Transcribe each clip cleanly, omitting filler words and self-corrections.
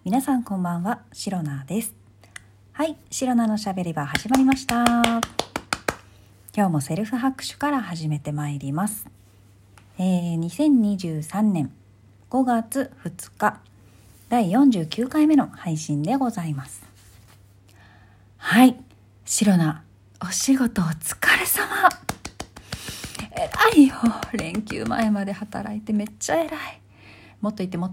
皆さんこんばんは、シロナです。はい、シロナのしゃべり場始まりました。今日もセルフ拍手から始めてまいります。2023年5月2日第49回目の配信でございます。はい、シロナお仕事お疲れ様。偉いよ、連休前まで働いてめっちゃ偉い。もっといて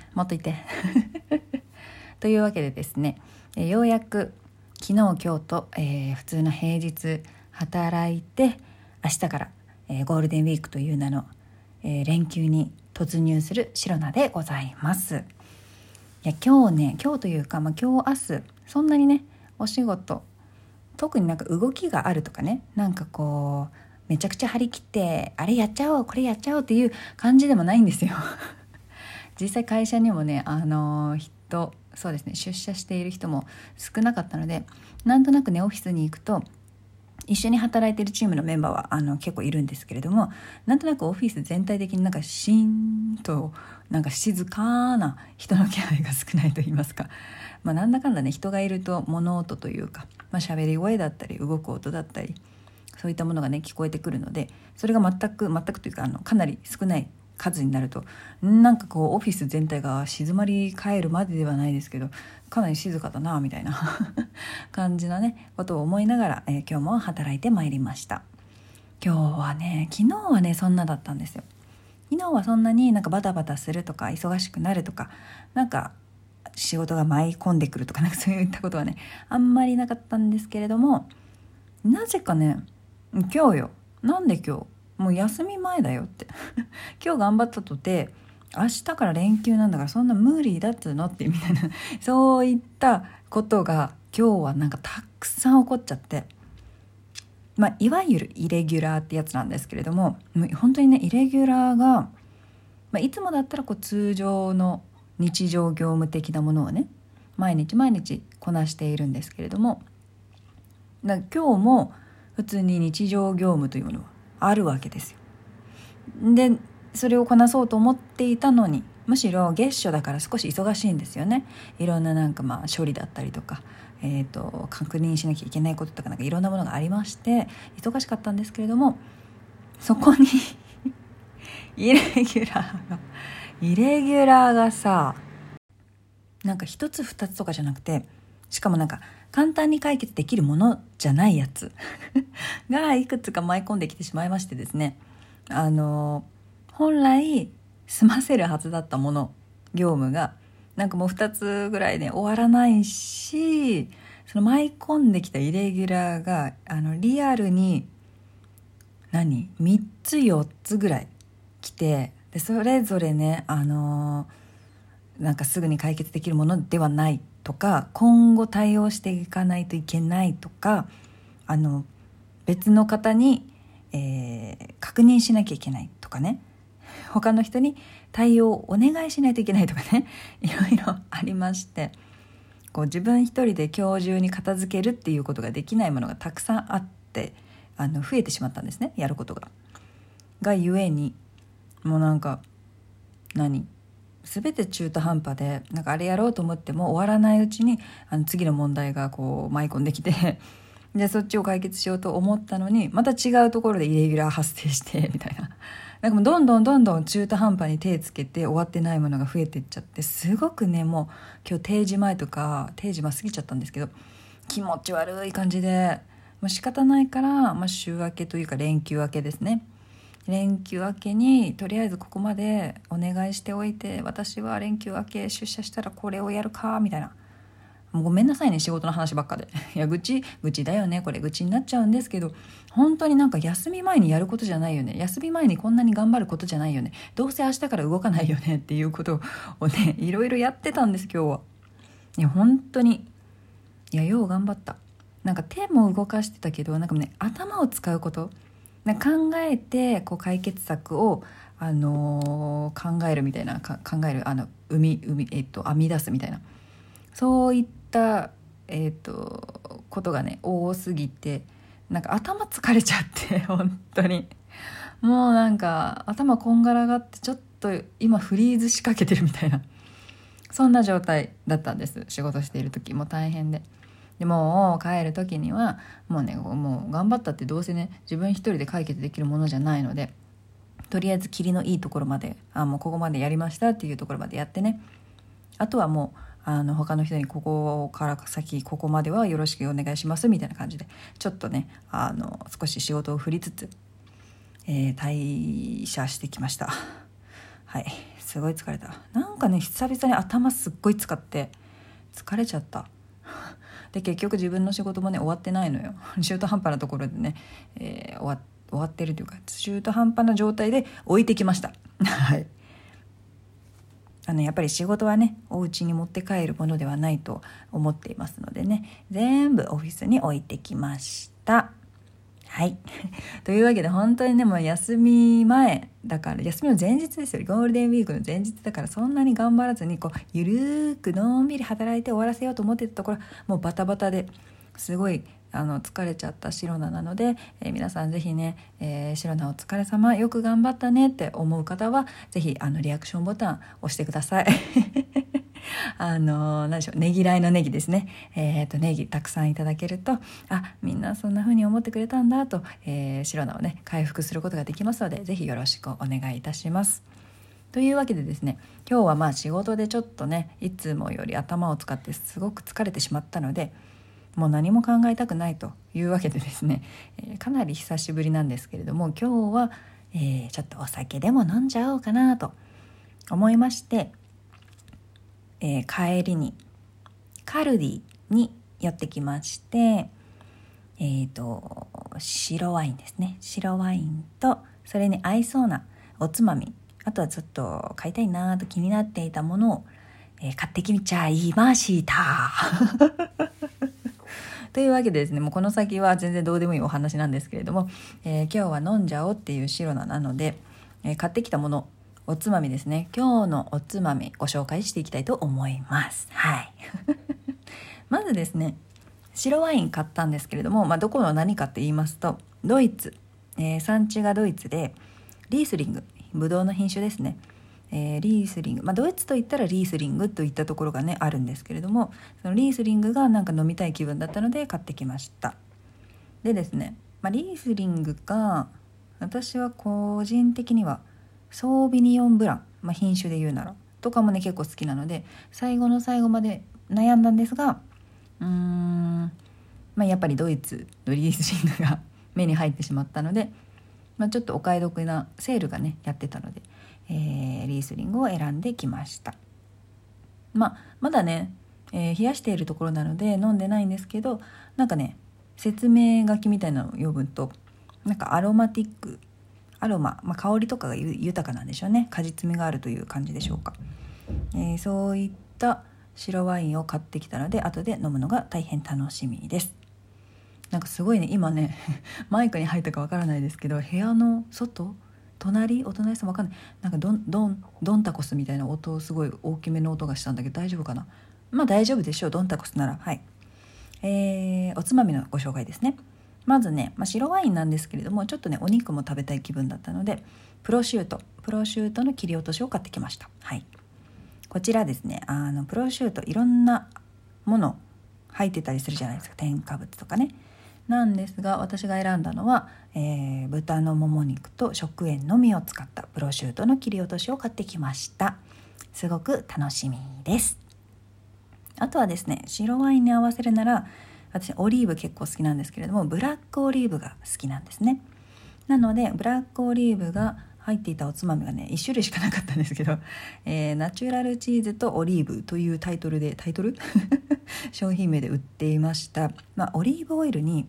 というわけでですね、ようやく昨日今日と、普通の平日働いて、明日から、ゴールデンウィークという名の、連休に突入するシロナでございます。いや今日というか、今日明日そんなにねお仕事特になんか動きがあるとかね、なんかこうめちゃくちゃ張り切ってあれやっちゃおうこれやっちゃおうっていう感じでもないんですよ実際会社にもねそうですね、出社している人も少なかったので、なんとなくねオフィスに行くと一緒に働いているチームのメンバーは結構いるんですけれども、なんとなくオフィス全体的になんかシーンとなんか静かな人の気配が少ないと言いますか、なんだかんだね人がいると物音というか、喋り声だったり動く音だったりそういったものがね聞こえてくるので、それが全くというかかなり少ない数になるとなんかこうオフィス全体が静まり返るまでではないですけど、かなり静かだなみたいな感じのねことを思いながら、今日も働いてまいりました。昨日はねそんなだったんですよ。昨日はそんなになんかバタバタするとか忙しくなるとか、なんか仕事が舞い込んでくるとか、なんかそういったことはねあんまりなかったんですけれども、なぜかね今日よ、なんで今日もう休み前だよって今日頑張ったとて明日から連休なんだからそんな無理だっつうのってみたいなそういったことが今日はなんかたくさん起こっちゃって、いわゆるイレギュラーってやつなんですけれども、本当にねイレギュラーが、いつもだったらこう通常の日常業務的なものをね毎日こなしているんですけれども、今日も普通に日常業務というものはあるわけですよ。でそれをこなそうと思っていたのに、むしろ月初だから少し忙しいんですよね。いろんななんか処理だったりとか、確認しなきゃいけないこととか、なんかいろんなものがありまして忙しかったんですけれども、そこにイレギュラーがさ、なんか一つ二つとかじゃなくて、しかもなんか簡単に解決できるものじゃないやつがいくつか舞い込んできてしまいましてですね、本来済ませるはずだったもの業務がなんかもう2つぐらいで終わらないし、その舞い込んできたイレギュラーがリアルに3つ4つぐらい来て、でそれぞれねなんかすぐに解決できるものではないとか、今後対応していかないといけないとか、別の方に、確認しなきゃいけないとかね、他の人に対応をお願いしないといけないとかね、いろいろありまして、こう自分一人で今日中に片付けるっていうことができないものがたくさんあって、増えてしまったんですね、やることがゆえに、もうなんか全て中途半端で、なんかあれやろうと思っても終わらないうちに次の問題がこう舞い込んできてでそっちを解決しようと思ったのにまた違うところでイレギュラー発生してみたいな、なんかもうどんどん中途半端に手つけて終わってないものが増えていっちゃって、すごくねもう今日定時前過ぎちゃったんですけど、気持ち悪い感じで、もう仕方ないから、週明けというか連休明けですね、連休明けにとりあえずここまでお願いしておいて、私は連休明け出社したらこれをやるかみたいな、もうごめんなさいね仕事の話ばっかでいや愚痴だよね、これ愚痴になっちゃうんですけど、本当になんか休み前にやることじゃないよね、休み前にこんなに頑張ることじゃないよね、どうせ明日から動かないよねっていうことをねいろいろやってたんです今日は。いや本当によう頑張った。なんか手も動かしてたけど、なんかね頭を使うこと、考えてこう解決策を、考えるみたいな、考える編み出すみたいな、そういった、ことがね多すぎて、なんか頭疲れちゃって本当にもうなんか頭こんがらがって、ちょっと今フリーズしかけてるみたいな、 そんな状態だったんです。仕事している時も大変で、もう帰る時にはもう頑張ったってどうせね自分一人で解決できるものじゃないので、とりあえず霧のいいところまでもうここまでやりましたっていうところまでやってね、あとはもう他の人にここから先ここまではよろしくお願いしますみたいな感じでちょっとね少し仕事を振りつつ、退社してきました。はい、すごい疲れた。なんかね久々に頭すっごい使って疲れちゃったで結局自分の仕事もね終わってないのよ。中途半端なところでね、終わってるというか中途半端な状態で置いてきましたはいやっぱり仕事はねお家に持って帰るものではないと思っていますのでね、全部オフィスに置いてきました。はいというわけで本当にねもう休み前だから、休みの前日ですよ。ゴールデンウィークの前日だから、そんなに頑張らずにゆるーくのんびり働いて終わらせようと思ってたところ、もうバタバタですごい疲れちゃったシロナなので、皆さんぜひね、シロナお疲れ様、よく頑張ったねって思う方はぜひリアクションボタン押してください何でしょう、ねぎらいのネギですね。ネギたくさんいただけると、みんなそんな風に思ってくれたんだと、シロナをね回復することができますので、ぜひよろしくお願いいたします。というわけでですね、今日は仕事でちょっとねいつもより頭を使ってすごく疲れてしまったので、もう何も考えたくないというわけでですね、かなり久しぶりなんですけれども、今日は、ちょっとお酒でも飲んじゃおうかなと思いまして、帰りにカルディに寄ってきまして、白ワインですね。白ワインとそれに合いそうなおつまみ、あとはちょっと買いたいなと気になっていたものを、買ってきちゃいましたというわけでですね、もうこの先は全然どうでもいいお話なんですけれども、今日は飲んじゃおうっていうシロナなので、買ってきたもの、おつまみですね。今日のおつまみご紹介していきたいと思います。はいまずですね、白ワイン買ったんですけれども、どこの何かって言いますとドイツ、産地がドイツでリースリング、ブドウの品種ですね。リースリング、ドイツといったらリースリングといったところがねあるんですけれども、そのリースリングがなんか飲みたい気分だったので買ってきました。でですね、リースリングが私は個人的にはソービニオンブラン、品種で言うならとかもね結構好きなので、最後の最後まで悩んだんですが、やっぱりドイツのリースリングが目に入ってしまったので、ちょっとお買い得なセールがねやってたので、リースリングを選んできました。まだね、冷やしているところなので飲んでないんですけど、なんかね説明書きみたいなのを読むと、なんかアロマティック、アロマ、香りとかが豊かなんでしょうね。果実味があるという感じでしょうか。そういった白ワインを買ってきたので、後で飲むのが大変楽しみです。なんかすごいね、今ねマイクに入ったかわからないですけど、部屋の外、お隣さんわかんない、なんかドンタコスみたいな音、すごい大きめの音がしたんだけど大丈夫かな。大丈夫でしょう、ドンタコスなら。はい、おつまみのご紹介ですね。まずね、白ワインなんですけれども、ちょっとねお肉も食べたい気分だったので、プロシュートの切り落としを買ってきました。はい、こちらですね、プロシュートいろんなもの入ってたりするじゃないですか、添加物とかね。なんですが私が選んだのは、豚のもも肉と食塩のみを使ったプロシュートの切り落としを買ってきました。すごく楽しみです。あとはですね、白ワインに合わせるなら、私オリーブ結構好きなんですけれども、ブラックオリーブが好きなんですね。なのでブラックオリーブが入っていたおつまみがね1種類しかなかったんですけど、ナチュラルチーズとオリーブというタイトル商品名で売っていました。オリーブオイルに、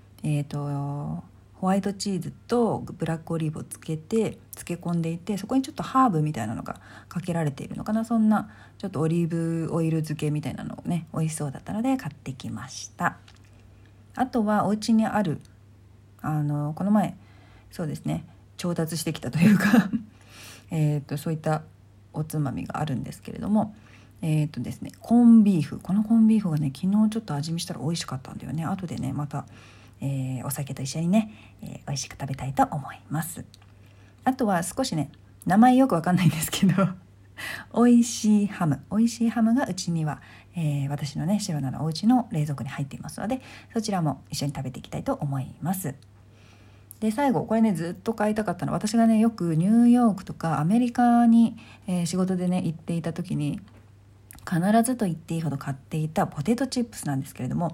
ホワイトチーズとブラックオリーブを漬け込んでいて、そこにちょっとハーブみたいなのがかけられているのかな。そんなちょっとオリーブオイル漬けみたいなのをね美味しそうだったので買ってきました。あとはお家にあるこの前そうですね調達してきたというかそういったおつまみがあるんですけれども、ですね、コンビーフ、このコンビーフがね昨日ちょっと味見したら美味しかったんだよね。後でねまた、お酒と一緒にね、美味しく食べたいと思います。あとは少しね名前よくわかんないんですけど美味しいハムがうちには、私のねシロナのお家の冷蔵庫に入っていますので、そちらも一緒に食べていきたいと思います。で最後これねずっと買いたかったの、私がねよくニューヨークとかアメリカに、仕事でね行っていた時に必ずと言っていいほど買っていたポテトチップスなんですけれども、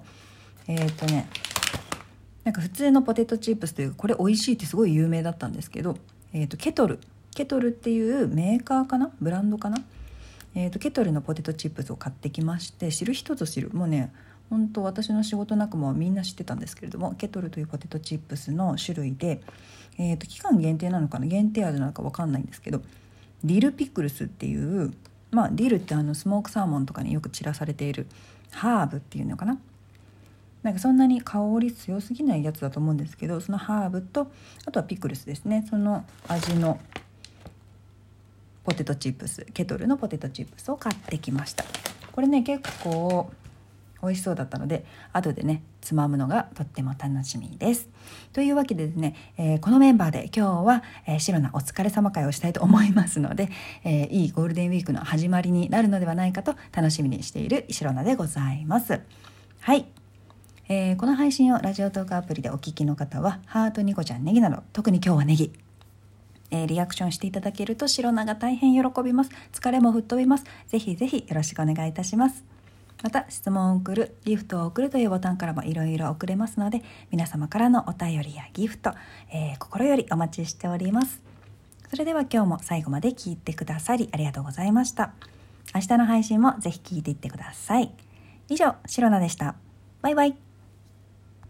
なんか普通のポテトチップスというこれ美味しいってすごい有名だったんですけど、ケトルっていうメーカーかな、ブランドかな、ケトルのポテトチップスを買ってきまして、知る人ぞ知る、もうね本当私の仕事仲間はみんな知ってたんですけれども、ケトルというポテトチップスの種類で、期間限定なのかな、限定味なのか分かんないんですけど、ディルピクルスっていう、ディルってスモークサーモンとかによく散らされているハーブっていうのかな、なんかそんなに香り強すぎないやつだと思うんですけど、そのハーブとあとはピクルスですね、その味のポテトチップス、ケトルのポテトチップスを買ってきました。これね結構美味しそうだったので、後でねつまむのがとっても楽しみです。というわけでですね、このメンバーで今日は、シロナお疲れ様会をしたいと思いますので、いいゴールデンウィークの始まりになるのではないかと楽しみにしているシロナでございます。はい、この配信をラジオトークアプリでお聞きの方はハート、ニコちゃん、ネギなど、特に今日はネギ、リアクションしていただけるとシロナが大変喜びます。疲れも吹っ飛びます。ぜひぜひよろしくお願いいたします。また質問を送る、ギフトを送るというボタンからもいろいろ送れますので、皆様からのお便りやギフト、心よりお待ちしております。それでは今日も最後まで聞いてくださりありがとうございました。明日の配信もぜひ聞いていってください。以上、シロナでした。バイバイ。